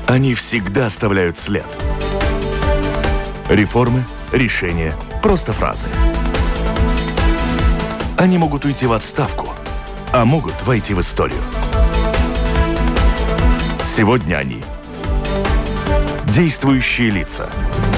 Они всегда оставляют след. Реформы, решения, просто фразы. Они могут уйти в отставку, а могут войти в историю. Сегодня они – действующие лица.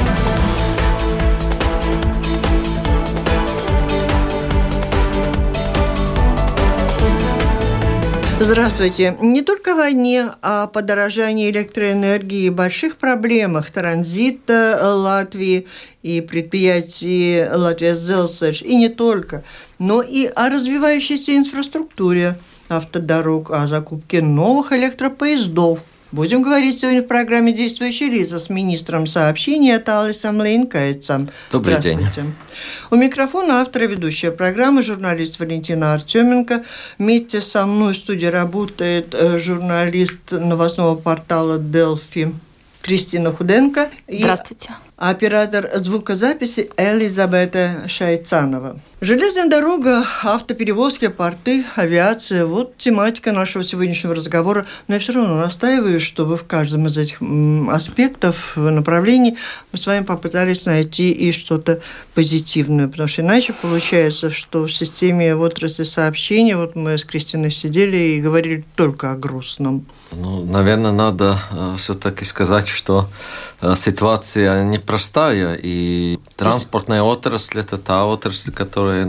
Здравствуйте. Не только о войне, а о подорожании электроэнергии и больших проблемах транзита Латвии и предприятий «Латвия-Дzelzceļš», и не только, но и о развивающейся инфраструктуре автодорог, о закупке новых электропоездов. Будем говорить сегодня в программе «Действующие лица» с министром сообщения Талисом Линкайцем. Добрый день. У микрофона автор и ведущая программы, журналист Валентина Артеменко. Вместе со мной в студии работает журналист новостного портала «Делфи» Кристина Худенко. Здравствуйте. Оператор звукозаписи Элизабета Шайцанова. Железная дорога, автоперевозки, порты, авиация – вот тематика нашего сегодняшнего разговора. Но я все равно настаиваю, чтобы в каждом из этих аспектов, направлений мы с вами попытались найти и что-то позитивное. Потому что иначе получается, что в системе отрасли сообщения, вот мы с Кристиной сидели и говорили только о грустном. Наверное, надо все-таки сказать, что ситуация непростая, и транспортная отрасль – это та отрасль, которая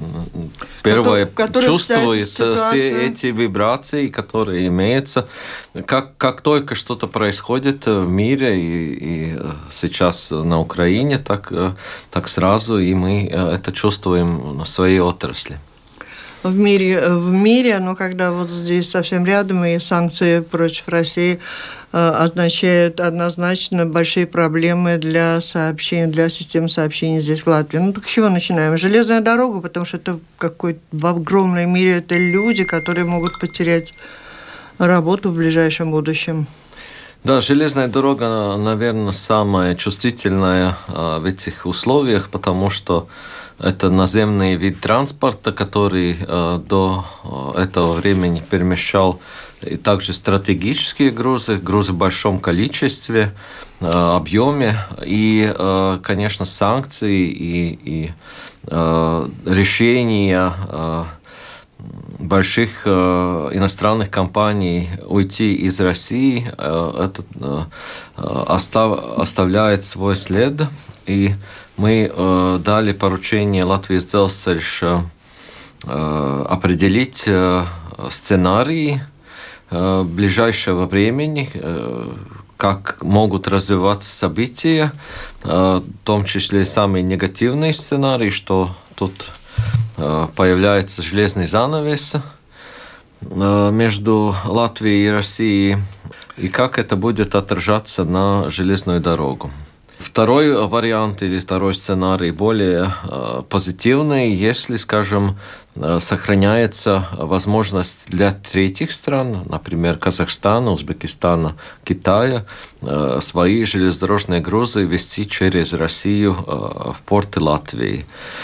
первая чувствует все эти вибрации, которые имеются. Как только что-то происходит в мире, и сейчас на Украине, так сразу и мы это чувствуем на своей отрасли. В мире, но когда вот здесь совсем рядом, и санкции против России означают однозначно большие проблемы для сообщений, для системы сообщений здесь в Латвии. Так с чего начинаем? Железная дорога, потому что это в огромной мере это люди, которые могут потерять работу в ближайшем будущем. Да, железная дорога, наверное, самая чувствительная в этих условиях, потому что это наземный вид транспорта, который до этого времени перемещал и также стратегические грузы в большом количестве, объеме, и, конечно, санкции и решения больших иностранных компаний уйти из России, это оставляет свой след, и мы дали поручение «Латвия-Дzelzceļš» определить сценарии ближайшего времени, как могут развиваться события, в том числе самый негативный сценарий, что тут появляется железный занавес между Латвией и Россией, и как это будет отражаться на железную дорогу. Второй вариант или второй сценарий более позитивный, если, скажем, сохраняется возможность для третьих стран, например, Казахстана, Узбекистана, Китая, свои железнодорожные грузы везти через Россию в порты Латвии.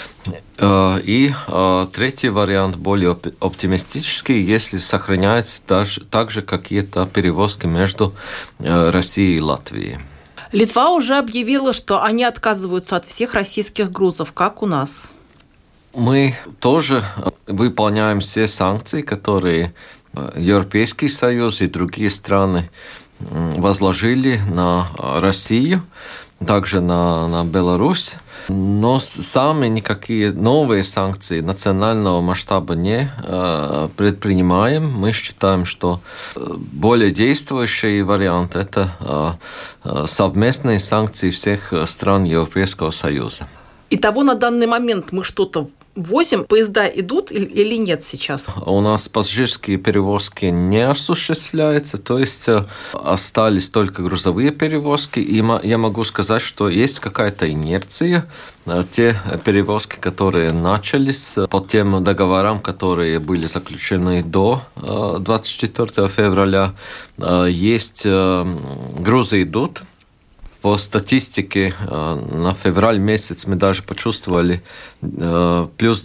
И третий вариант, более оптимистический, если сохраняются также какие-то перевозки между Россией и Латвией. Литва уже объявила, что они отказываются от всех российских грузов, как у нас. Мы тоже выполняем все санкции, которые Европейский Союз и другие страны возложили на Россию, также на Беларусь. Но сами никакие новые санкции национального масштаба не предпринимаем. Мы считаем, что более действующий вариант – это совместные санкции всех стран Европейского Союза. Итого на данный момент мы что-то возим? Поезда идут или нет сейчас? У нас пассажирские перевозки не осуществляются, то есть остались только грузовые перевозки. И я могу сказать, что есть какая-то инерция. Те перевозки, которые начались по тем договорам, которые были заключены до 24 февраля, есть грузы идут. по статистике на февраль месяц мы даже почувствовали плюс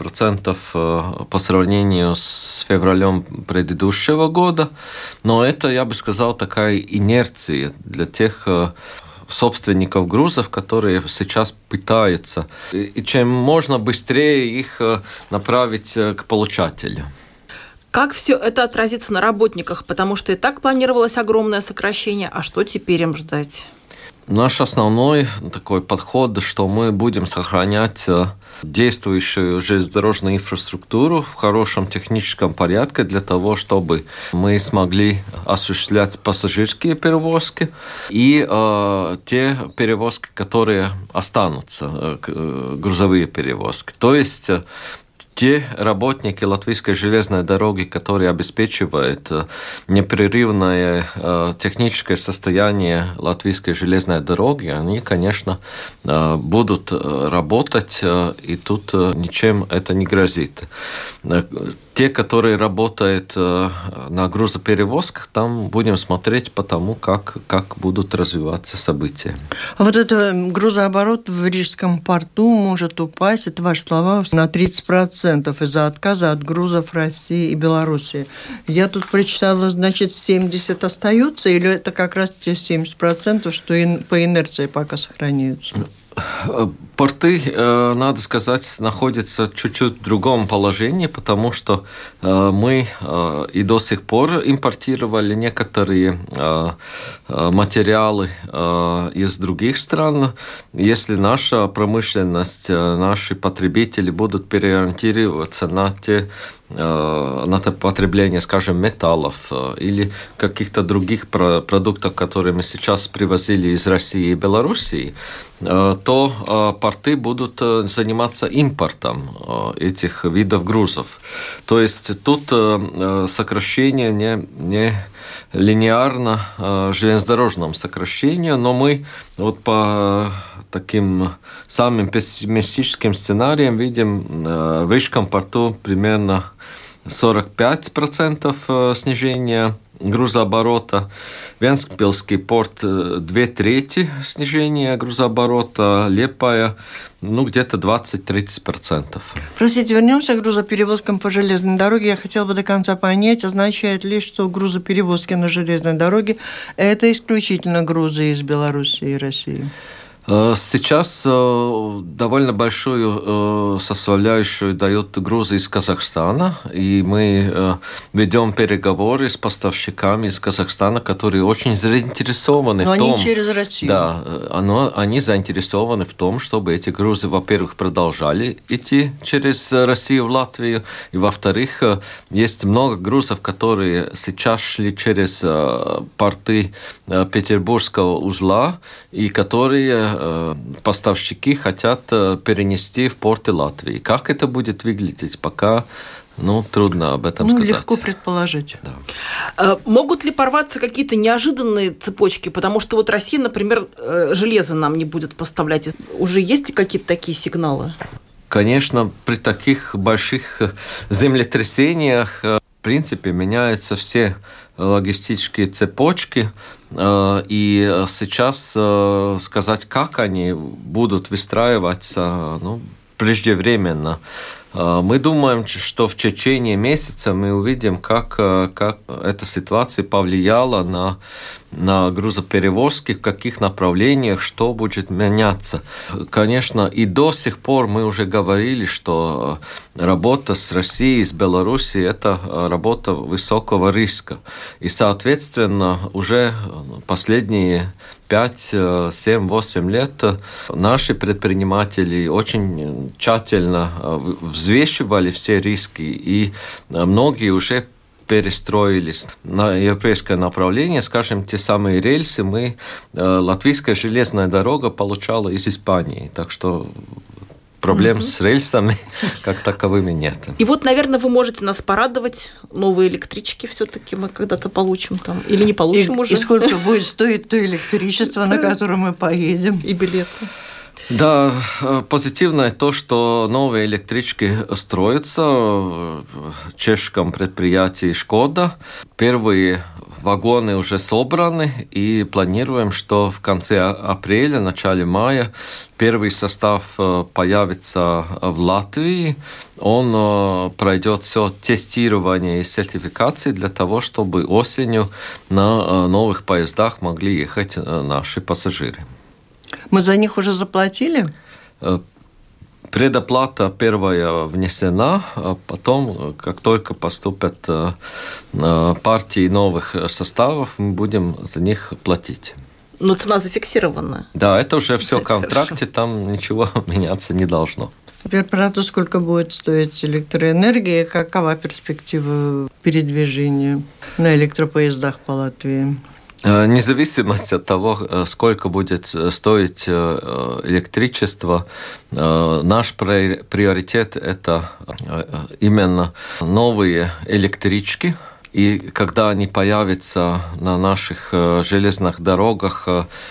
10% по сравнению с февралем предыдущего года. Но это, я бы сказал, такая инерция для тех собственников грузов, которые сейчас пытаются. И чем можно быстрее их направить к получателю. Как все это отразится на работниках? Потому что и так планировалось огромное сокращение. А что теперь им ждать? Наш основной такой подход, что мы будем сохранять действующую железнодорожную инфраструктуру в хорошем техническом порядке для того, чтобы мы смогли осуществлять пассажирские перевозки и те перевозки, которые останутся, грузовые перевозки. То есть те работники Латвийской железной дороги, которые обеспечивают непрерывное техническое состояние Латвийской железной дороги, они, конечно, будут работать, и тут ничем это не грозит. Те, которые работают на грузоперевозках, там будем смотреть по тому, как будут развиваться события. А вот этот грузооборот в Рижском порту может упасть, это ваши слова, на 30% из-за отказа от грузов России и Белоруссии. Я тут прочитала, значит, 70 остаются, или это как раз те 70%, что по инерции пока сохраняются? Порты, надо сказать, находятся чуть-чуть в другом положении, потому что мы и до сих пор импортировали некоторые материалы из других стран. Если наша промышленность, наши потребители будут переориентироваться на потребление, скажем, металлов или каких-то других продуктов, которые мы сейчас привозили из России и Белоруссии, то порты будут заниматься импортом этих видов грузов. То есть тут сокращение не линейно железнодорожному сокращению, но мы вот по таким самым пессимистическим сценариям видим в Рижском порту примерно 45% снижения грузооборота. Вентспилский порт 2/3 снижения грузооборота, Лиепая где-то 20-30%. Простите, вернемся к грузоперевозкам по железной дороге. Я хотела бы до конца понять, означает ли, что грузоперевозки на железной дороге – это исключительно грузы из Белоруссии и России? Сейчас довольно большую составляющую дают грузы из Казахстана, и мы ведем переговоры с поставщиками из Казахстана, которые очень заинтересованы в том... Но они через Россию. Да, они заинтересованы в том, чтобы эти грузы, во-первых, продолжали идти через Россию в Латвию, и, во-вторых, есть много грузов, которые сейчас шли через порты Петербургского узла, и которые поставщики хотят перенести в порты Латвии. Как это будет выглядеть, пока трудно об этом сказать. Легко предположить. Да. Могут ли порваться какие-то неожиданные цепочки? Потому что вот Россия, например, железо нам не будет поставлять. Уже есть ли какие-то такие сигналы? Конечно, при таких больших землетрясениях, в принципе, меняются все логистические цепочки, и сейчас сказать, как они будут выстраиваться, преждевременно. Мы думаем, что в течение месяца мы увидим, как эта ситуация повлияла на грузоперевозки, в каких направлениях, что будет меняться. Конечно, и до сих пор мы уже говорили, что работа с Россией, с Белоруссией – это работа высокого риска. И, соответственно, уже последние 5, 7, 8 лет наши предприниматели очень тщательно взвешивали все риски, и многие уже перестроились на европейское направление. Скажем, те самые рельсы Латвийская железная дорога получала из Испании. Так что проблем с рельсами как таковыми нет. И вот, наверное, вы можете нас порадовать. Новые электрички все-таки мы когда-то получим там. Или не получим уже. И сколько будет стоить то электричество, на котором мы поедем. И билеты. Да, позитивно то, что новые электрички строятся в чешском предприятии «Шкода». Первые вагоны уже собраны, и планируем, что в конце апреля, начале мая первый состав появится в Латвии. Он пройдет все тестирование и сертификации для того, чтобы осенью на новых поездах могли ехать наши пассажиры. Мы за них уже заплатили? Предоплата первая внесена, а потом, как только поступят партии новых составов, мы будем за них платить. Но цена зафиксирована. Да, это уже все в контракте, там ничего меняться не должно. Теперь про то, сколько будет стоить электроэнергия, какова перспектива передвижения на электропоездах по Латвии? Независимость от того, сколько будет стоить электричество, наш приоритет – это именно новые электрички. И когда они появятся на наших железных дорогах,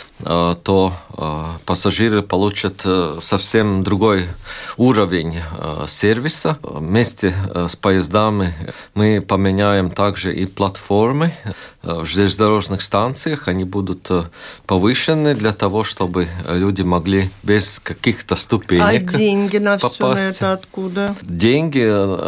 то пассажиры получат совсем другой уровень сервиса. Вместе с поездами мы поменяем также и платформы в железнодорожных станциях. Они будут повышены для того, чтобы люди могли без каких-то ступенек попасть. А деньги на все это откуда? Деньги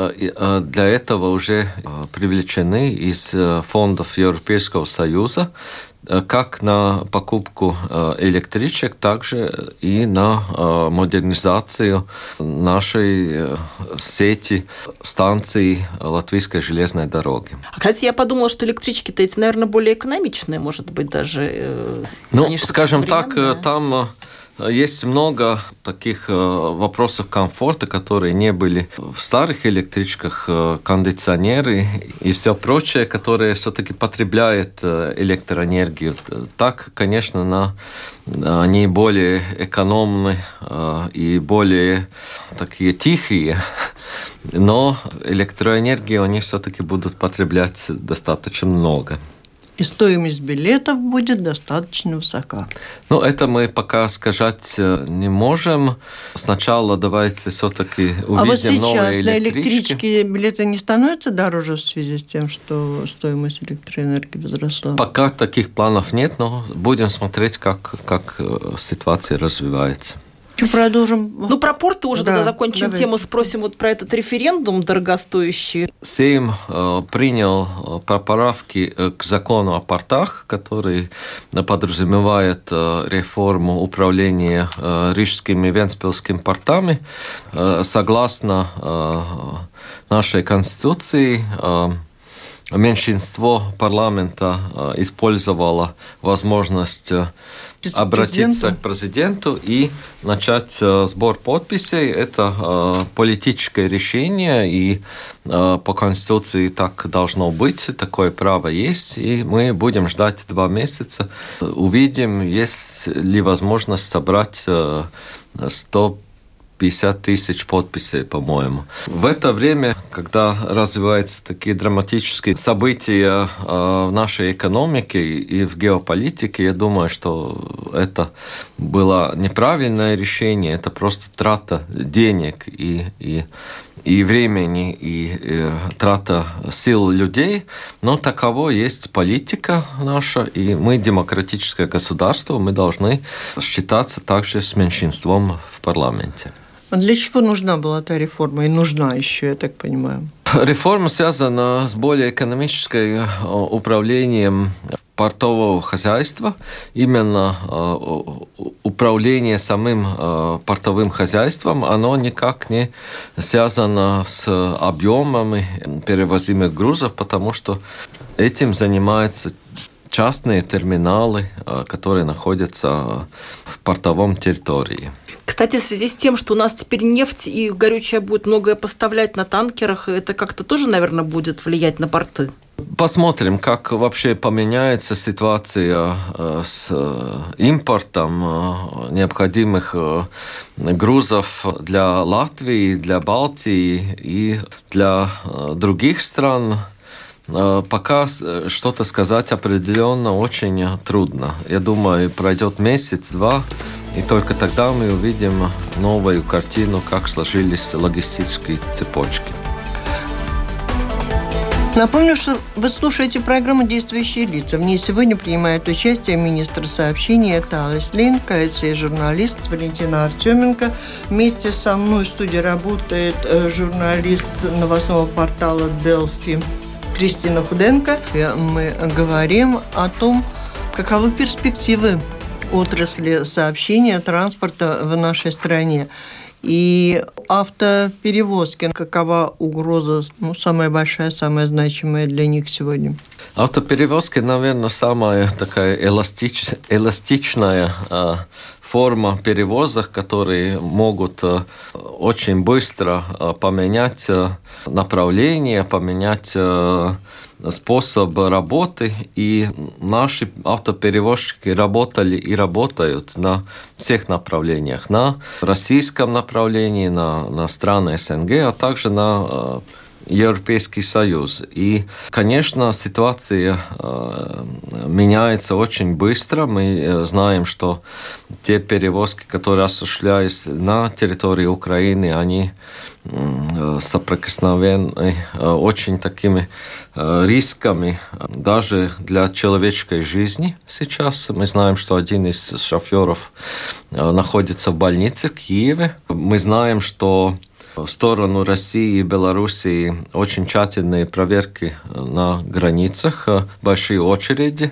для этого уже привлечены из фондов Европейского Союза, как на покупку электричек, также и на модернизацию нашей сети станций Латвийской железной дороги. Кстати, я подумала, что электрички-то эти, наверное, более экономичные, может быть, даже. Скажем так, там есть много таких вопросов комфорта, которые не были в старых электричках, кондиционеры и все прочее, которые все-таки потребляют электроэнергию. Так, конечно, они более экономны и более такие тихие, но электроэнергию они все-таки будут потреблять достаточно много. И стоимость билетов будет достаточно высока. Это мы пока сказать не можем. Сначала давайте все-таки увидим новые электрички. А вот сейчас на электричке билеты не становятся дороже в связи с тем, что стоимость электроэнергии возросла? Пока таких планов нет, но будем смотреть, как ситуация развивается. Продолжим. Про порты уже тогда закончим тему, спросим про этот референдум дорогостоящий. Сейм принял поправки к закону о портах, который подразумевает реформу управления рижскими и вентспилскими портами. Согласно нашей Конституции, меньшинство парламента использовало возможность обратиться к президенту и начать сбор подписей. Это политическое решение, и по Конституции так должно быть, такое право есть, и мы будем ждать 2 месяца. Увидим, есть ли возможность собрать 150 тысяч подписей, по-моему. В это время, когда развиваются такие драматические события в нашей экономике и в геополитике, я думаю, что это было неправильное решение, это просто трата денег и времени, и трата сил людей, но таково есть политика наша, и мы демократическое государство, мы должны считаться также с меньшинством в парламенте. А для чего нужна была эта реформа? И нужна еще, я так понимаю. Реформа связана с более экономическим управлением портового хозяйства. Именно управление самым портовым хозяйством, оно никак не связано с объемами перевозимых грузов, потому что этим занимаются частные терминалы, которые находятся в портовом территории. Кстати, в связи с тем, что у нас теперь нефть и горючее будет многое поставлять на танкерах, это как-то тоже, наверное, будет влиять на порты? Посмотрим, как вообще поменяется ситуация с импортом необходимых грузов для Латвии, для Балтии и для других стран. Пока что-то сказать определенно очень трудно. Я думаю, пройдет месяц-два, и только тогда мы увидим новую картину, как сложились логистические цепочки. Напомню, что вы слушаете программу «Действующие лица». В ней сегодня принимает участие министр сообщений Талис Линка, и журналист Валентина Артеменко. Вместе со мной в студии работает журналист новостного портала «Делфи» Кристина Худенко. И мы говорим о том, каковы перспективы отрасли сообщения, транспорта в нашей стране. И автоперевозки, какова угроза, самая большая, самая значимая для них сегодня? Автоперевозки, наверное, самая такая эластичная форма перевозок, которые могут очень быстро поменять направление, поменять способ работы, и наши автоперевозчики работали и работают на всех направлениях, на российском направлении, на страны СНГ, а также на Европейский Союз. И, конечно, ситуация меняется очень быстро. Мы знаем, что те перевозки, которые осуществлялись на территории Украины, они соприкосновены очень такими рисками даже для человеческой жизни сейчас. Мы знаем, что один из шоферов находится в больнице в Киеве. Мы знаем, что в сторону России и Белоруссии очень тщательные проверки на границах, большие очереди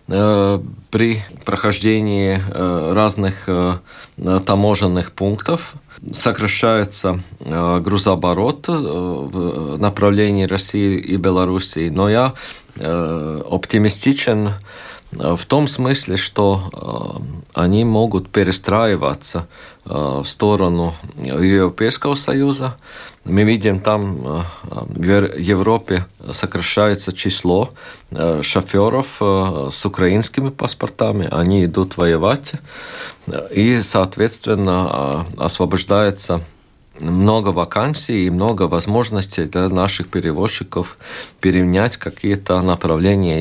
при прохождении разных таможенных пунктов. Сокращается грузооборот в направлении России и Белоруссии, но я оптимистичен в том смысле, что они могут перестраиваться в сторону Европейского Союза. Мы видим, там в Европе сокращается число шоферов с украинскими паспортами. Они идут воевать, и, соответственно, освобождается много вакансий и много возможностей для наших перевозчиков перенять какие-то направления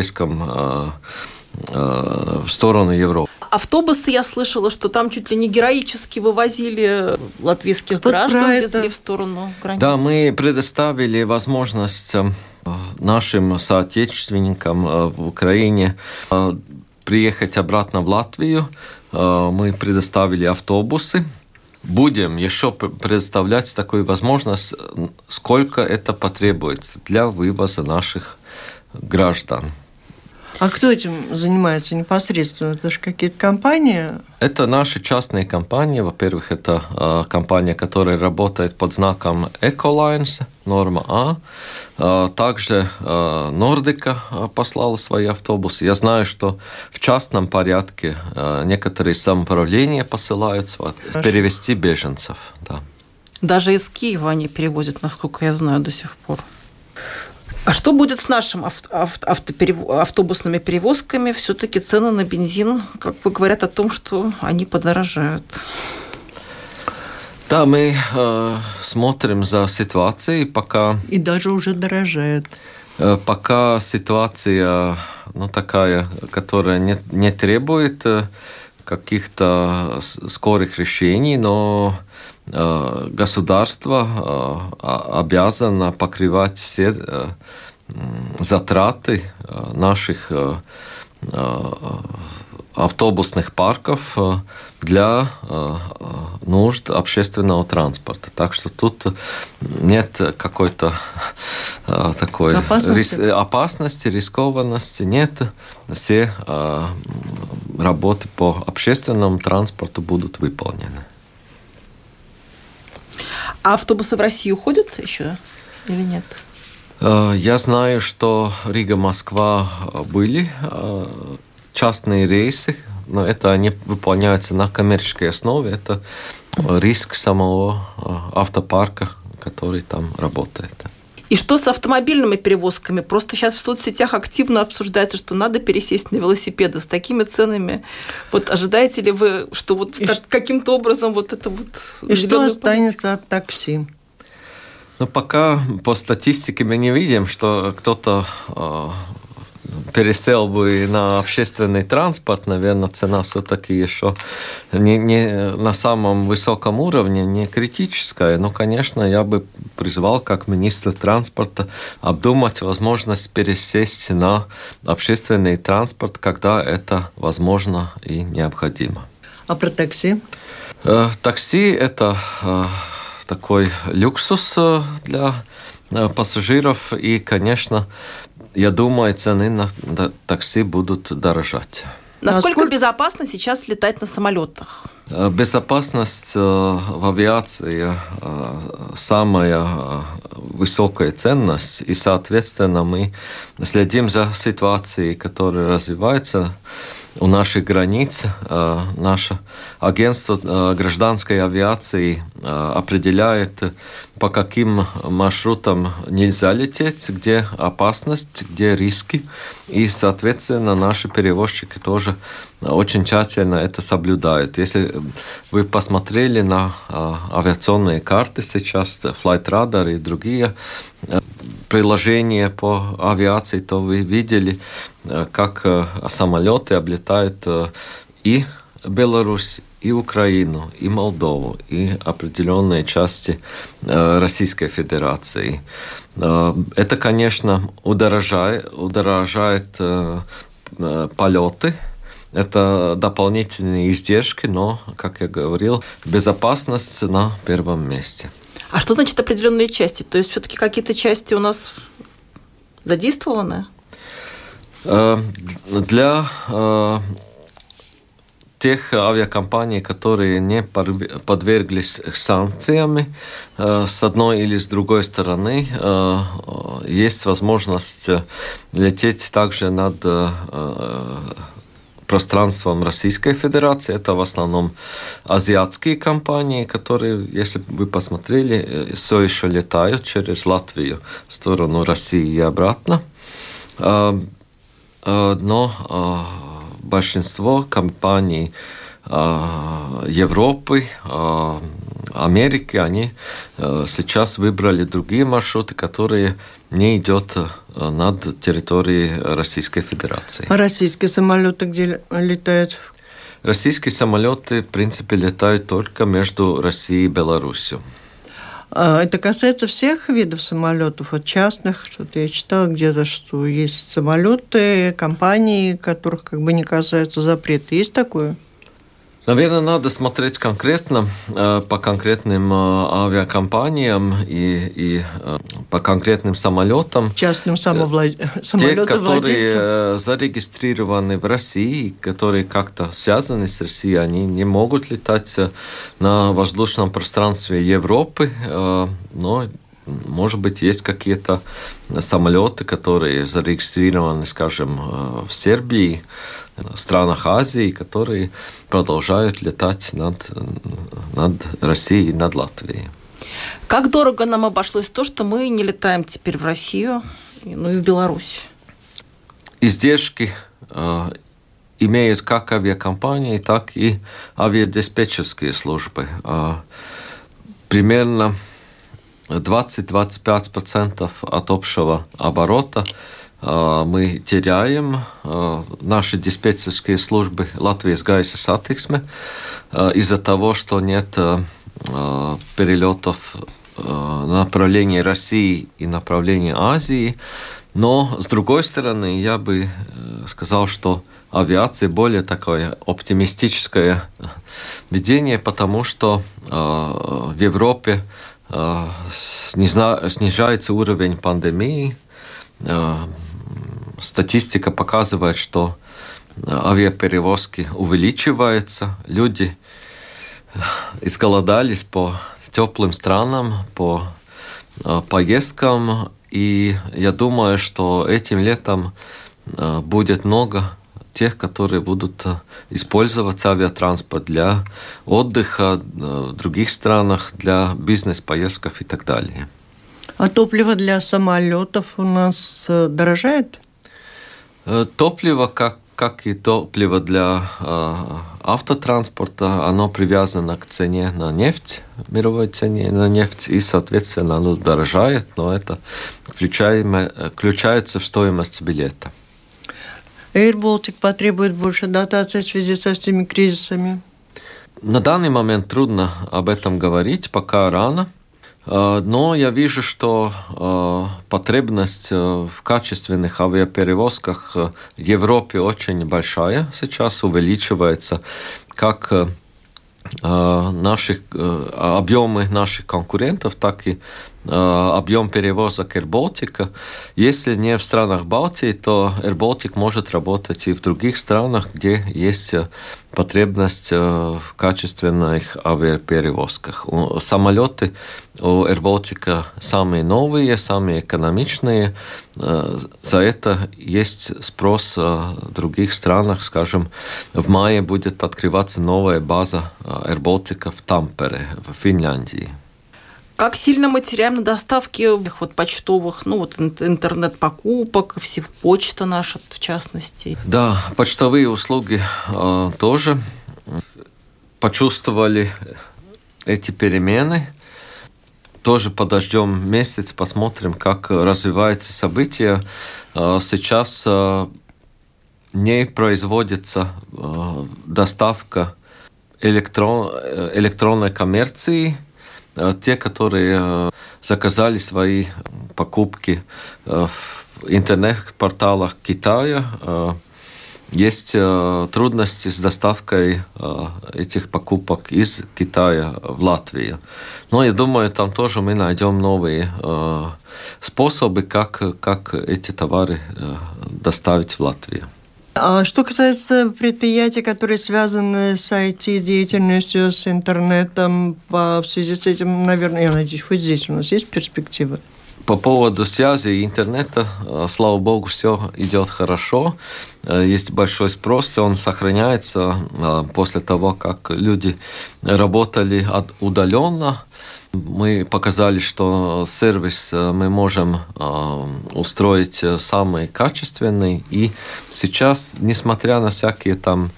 в сторону Европы. Автобусы, я слышала, что там чуть ли не героически вывозили латвийских граждан, везли в сторону границы. Да, мы предоставили возможность нашим соотечественникам в Украине приехать обратно в Латвию. Мы предоставили автобусы. Будем еще предоставлять такую возможность, сколько это потребуется для вывоза наших граждан. А кто этим занимается непосредственно? Это же какие-то компании? Это наши частные компании. Во-первых, это компания, которая работает под знаком Эколайнс, норма А. Также Нордика послала свои автобусы. Я знаю, что в частном порядке некоторые самоуправления посылают перевезти беженцев. Да. Даже из Киева они перевозят, насколько я знаю, до сих пор. А что будет с нашими автобусными перевозками? Все-таки цены на бензин, как бы, говорят о том, что они подорожают. Да, мы смотрим за ситуацией, пока... И даже уже дорожает. Пока ситуация такая, которая не требует каких-то скорых решений, но государство обязано покрывать все затраты наших автобусных парков для нужд общественного транспорта. Так что тут нет какой-то такой опасности, рискованности. Нет. Все работы по общественному транспорту будут выполнены. А автобусы в Россию ходят еще или нет? Я знаю, что Рига-Москва были частные рейсы, но это они выполняются на коммерческой основе. Это риск самого автопарка, который там работает. И что с автомобильными перевозками? Просто сейчас в соцсетях активно обсуждается, что надо пересесть на велосипеды с такими ценами. Вот ожидаете ли вы, что вот каким-то образом вот это вот... И что останется от такси? Пока по статистике мы не видим, что кто-то пересел бы на общественный транспорт, наверное, цена все-таки еще не на самом высоком уровне, не критическая. Но, конечно, я бы призвал, как министр транспорта, обдумать возможность пересесть на общественный транспорт, когда это возможно и необходимо. А про такси? Такси – это такой люксус для пассажиров, и, конечно, я думаю, цены на такси будут дорожать. Насколько безопасно сейчас летать на самолетах? Безопасность в авиации самая высокая ценность, и, соответственно, мы следим за ситуацией, которая развивается у наших границ. Наше агентство гражданской авиации определяет, по каким маршрутам нельзя лететь, где опасность, где риски. И, соответственно, наши перевозчики тоже очень тщательно это соблюдают. Если вы посмотрели на авиационные карты сейчас, Flight Radar и другие приложения по авиации, то вы видели, как самолеты облетают и Беларусь, и Украину, и Молдову, и определенные части Российской Федерации. Это, конечно, удорожает полеты. Это дополнительные издержки, но, как я говорил, безопасность на первом месте. А что значит определенные части? То есть все-таки какие-то части у нас задействованы? Для тех авиакомпаний, которые не подверглись санкциям с одной или с другой стороны, есть возможность лететь также над пространством Российской Федерации. Это в основном азиатские компании, которые, если вы посмотрели, все еще летают через Латвию в сторону России и обратно. Но большинство компаний Европы, Америки, они сейчас выбрали другие маршруты, которые не идут над территорией Российской Федерации. А российские самолеты где летают? Российские самолеты, в принципе, летают только между Россией и Беларусью. Это касается всех видов самолетов, от частных, что-то я читала где-то, что есть самолеты, компании, которых как бы не касаются запрета. Есть такое? Наверное, надо смотреть конкретно по конкретным авиакомпаниям и по конкретным самолетам. Частным самолетовладельцам. Те, которые зарегистрированы в России, которые как-то связаны с Россией, они не могут летать на воздушном пространстве Европы, но, может быть, есть какие-то самолеты, которые зарегистрированы, скажем, в Сербии, в странах Азии, которые продолжают летать над Россией и над Латвией. Как дорого нам обошлось то, что мы не летаем теперь в Россию, ну и в Беларусь? Издержки имеют как авиакомпании, так и авиадиспетчерские службы. Примерно 20-25% от общего оборота мы теряем. Наши диспетчерские службы Латвijas gaisa satiksme из-за того, что нет перелетов на направлении России и направлении Азии. Но, с другой стороны, я бы сказал, что авиация более такое оптимистическое видение, потому что в Европе снижается уровень пандемии. Статистика показывает, что авиаперевозки увеличиваются, люди изголодались по теплым странам, по поездкам, и я думаю, что этим летом будет много тех, которые будут использовать авиатранспорт для отдыха в других странах, для бизнес-поездков и так далее. А топливо для самолетов у нас дорожает? Топливо, как и топливо для автотранспорта, оно привязано к цене на нефть, мировой цене на нефть, и, соответственно, оно дорожает, но это включается в стоимость билета. Air Baltic потребует больше дотаций в связи со всеми кризисами? На данный момент трудно об этом говорить, пока рано. Но я вижу, что потребность в качественных авиаперевозках в Европе очень большая сейчас, увеличивается, как объемы наших конкурентов, так и объем перевозок Air Baltic. Если не в странах Балтии, то Air Baltic может работать и в других странах, где есть потребность в качественных авиаперевозках. Самолеты у Air Baltic самые новые, самые экономичные. За это есть спрос в других странах. Скажем, в мае будет открываться новая база Air Baltic в Тампере, в Финляндии. Как сильно мы теряем на доставке почтовых, интернет-покупок, почта наша в частности? Да, почтовые услуги тоже почувствовали эти перемены. Тоже подождем месяц, посмотрим, как развиваются события. Сейчас не производится доставка электронной коммерции. Те, которые заказали свои покупки в интернет-порталах Китая, есть трудности с доставкой этих покупок из Китая в Латвию. Но я думаю, там тоже мы найдем новые способы, как эти товары доставить в Латвию. А что касается предприятий, которые связаны с IT-деятельностью, с интернетом, в связи с этим, наверное, я надеюсь, хоть здесь у нас есть перспективы? По поводу связи и интернета, слава богу, все идет хорошо. Есть большой спрос, он сохраняется после того, как люди работали удаленно. Мы показали, что сервис мы можем устроить самый качественный. И сейчас, несмотря на всякие там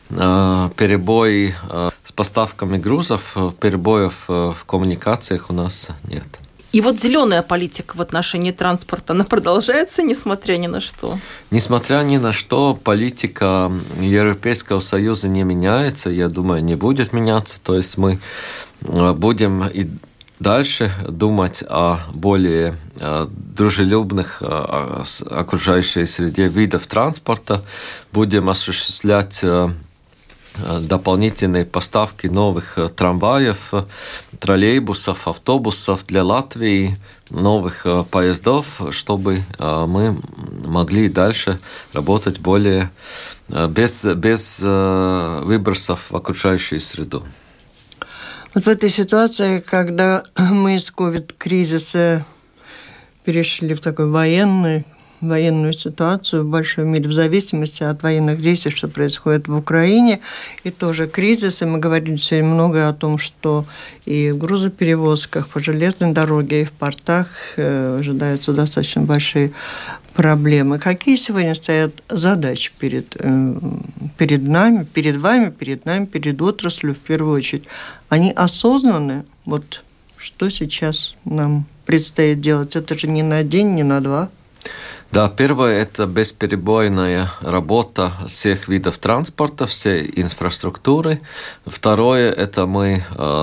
перебои с поставками грузов, перебоев в коммуникациях у нас нет. И вот зеленая политика в отношении транспорта, она продолжается, несмотря ни на что? Несмотря ни на что, политика Европейского Союза не меняется, я думаю, не будет меняться. То есть мы будем и дальше думать о более дружелюбных окружающей среде видов транспорта, будем осуществлять дополнительные поставки новых трамваев, троллейбусов, автобусов для Латвии, новых поездов, чтобы мы могли дальше работать более без выбросов в окружающую среду. Вот в этой ситуации, когда мы из ковид-кризиса перешли в такую военную ситуацию в большой мере, в зависимости от военных действий, что происходит в Украине, и тоже кризис, и мы говорили сегодня много о том, что и в грузоперевозках по железной дороге, и в портах ожидаются достаточно большие проблемы. Какие сегодня стоят задачи перед нами, перед вами, перед отраслью в первую очередь? Они осознаны? Вот что сейчас нам предстоит делать? Это же не на день, не на два. Да, первое – это бесперебойная работа всех видов транспорта, всей инфраструктуры. Второе – это мы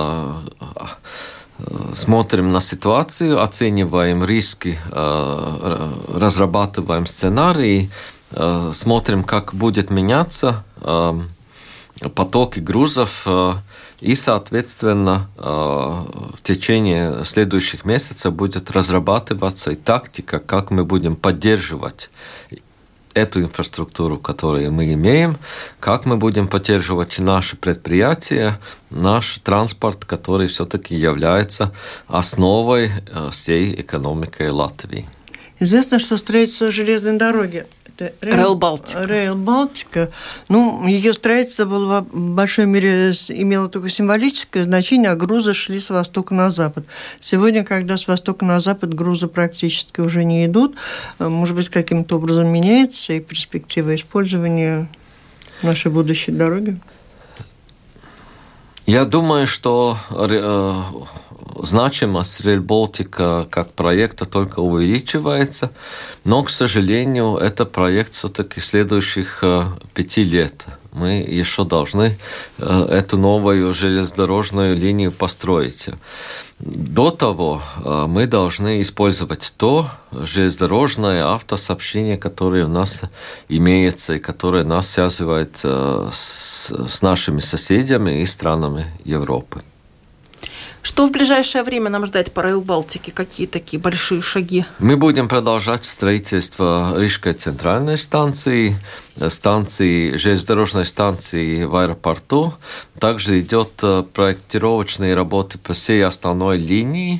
смотрим на ситуацию, оцениваем риски, разрабатываем сценарии, смотрим, как будет меняться потоки грузов, и, соответственно, в течение следующих месяцев будет разрабатываться и тактика, как мы будем поддерживать эту инфраструктуру, которую мы имеем, как мы будем поддерживать наши предприятия, наш транспорт, который все-таки является основой всей экономики Латвии. Известно, что строительство железной дороги Rail Baltica. Rail Baltica. Ее строительство было в большой мере имело только символическое значение, а грузы шли с востока на запад. Сегодня, когда с востока на запад грузы практически уже не идут, может быть, каким-то образом меняется и перспектива использования нашей будущей дороги? Я думаю, что значимость Rail Baltica как проекта только увеличивается, но, к сожалению, это проект все-таки следующих 5 лет. Мы еще должны эту новую железнодорожную линию построить. До того мы должны использовать то железнодорожное автосообщение, которое у нас имеется и которое нас связывает с нашими соседями и странами Европы. Что в ближайшее время нам ждать по Rail Балтике? Какие такие большие шаги? Мы будем продолжать строительство Рижской центральной станции, железнодорожной станции в аэропорту. Также идет проектировочные работы по всей основной линии.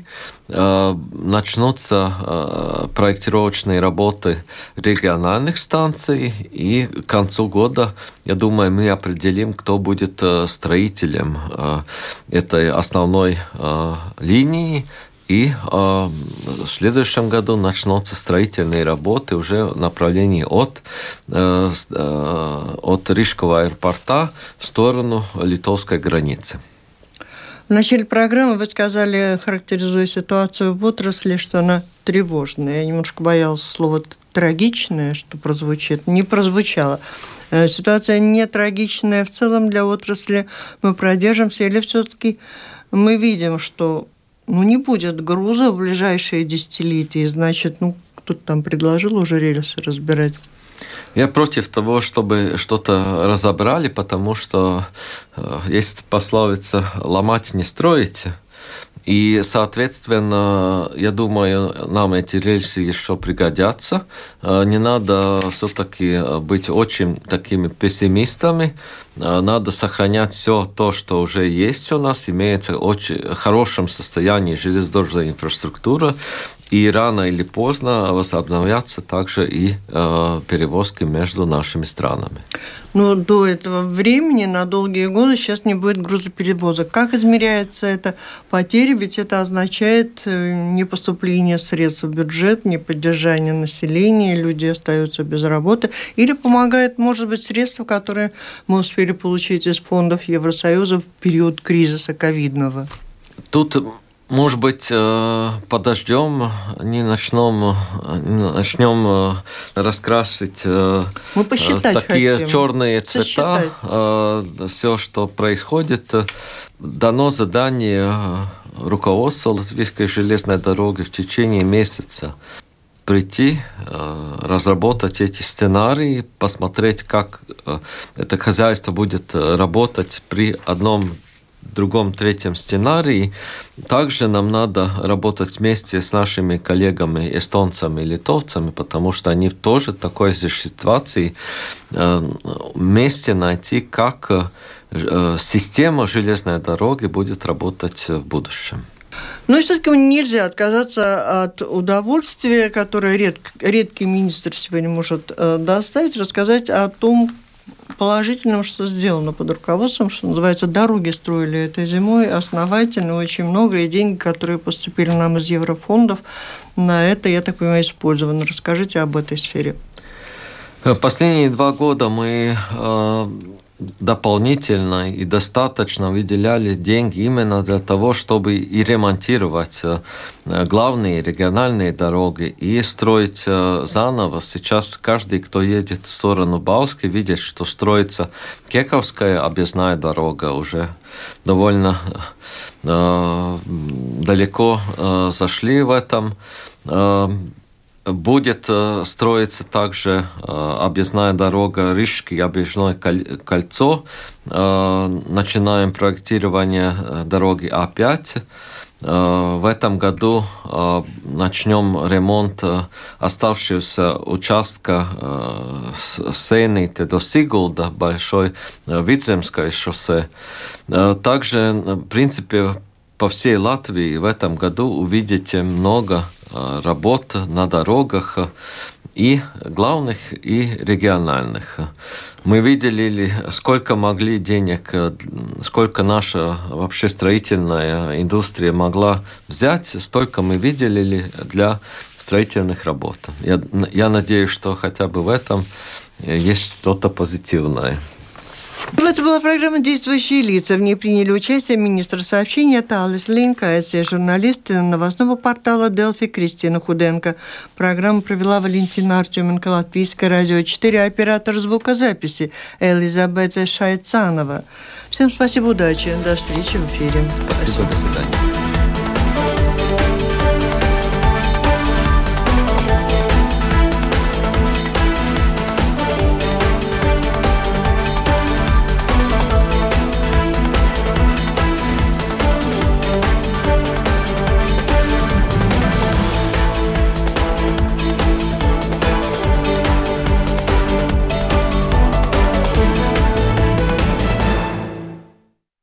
Начнутся проектировочные работы региональных станций, и к концу года, я думаю, мы определим, кто будет строителем этой основной линии. И в следующем году начнутся строительные работы уже в направлении от Рижского аэропорта в сторону литовской границы. В начале программы вы сказали, характеризуя ситуацию в отрасли, что она тревожная. Я немножко боялась слова «трагичная», что прозвучит. Не прозвучало. Ситуация не трагичная в целом для отрасли. Мы продержимся, или все-таки мы видим, что не будет груза в ближайшие десятилетия, значит, кто-то там предложил уже рельсы разбирать. Я против того, чтобы что-то разобрали, потому что есть пословица «ломать не строить». И, соответственно, я думаю, нам эти рельсы еще пригодятся. Не надо все-таки быть очень такими пессимистами. Надо сохранять все то, что уже есть у нас. Имеется в очень хорошем состоянии железнодорожная инфраструктура. И рано или поздно возобновятся также и перевозки между нашими странами. Но до этого времени, на долгие годы, сейчас не будет грузоперевозок. Как измеряется эта потеря? Ведь это означает не поступление средств в бюджет, не поддержание населения, люди остаются без работы. Или помогает, может быть, средства, которые мы успели получить из фондов Евросоюза в период кризиса ковидного? Тут, может быть, подождем, не начнем раскрасить такие хотим. Черные цвета. Все, что происходит, дано задание руководству Латвийской железной дороги в течение месяца прийти, разработать эти сценарии, посмотреть, как это хозяйство будет работать при одном, другом, третьем сценарии. Также нам надо работать вместе с нашими коллегами эстонцами и литовцами, потому что они тоже в такой же ситуации, вместе найти, как система железной дороги будет работать в будущем. Но все-таки нельзя отказаться от удовольствия, которое редкий министр сегодня может доставить, рассказать о том положительном, что сделано под руководством, что называется, дороги строили этой зимой основательно, очень много, и деньги, которые поступили нам из еврофондов, на это, я так понимаю, использованы. Расскажите об этой сфере. Последние 2 года мы дополнительно и достаточно выделяли деньги именно для того, чтобы и ремонтировать главные региональные дороги и строить заново. Сейчас каждый, кто едет в сторону Балтики, видит, что строится Кековская объездная дорога. Уже довольно далеко зашли в этом. Будет строиться также объездная дорога Рижский объездное кольцо. Начинаем проектирование дороги А5. В этом году начнем ремонт оставшегося участка с Сейниты до Сигулда, большой Видземское шоссе. Также, в принципе, по всей Латвии в этом году увидите много работ на дорогах и главных, и региональных. Мы видели, сколько могли денег, сколько наша вообще строительная индустрия могла взять, столько мы видели для строительных работ. Я надеюсь, что хотя бы в этом есть что-то позитивное. Это была программа «Действующие лица». В ней приняли участие министр сообщения Талис Линкайс и журналисты новостного портала «Делфи» Кристина Худенко. Программу провела Валентина Артеменко, Латвийское радио 4, оператор звукозаписи Элизабета Шайцанова. Всем спасибо, удачи. До встречи в эфире. Спасибо, до свидания.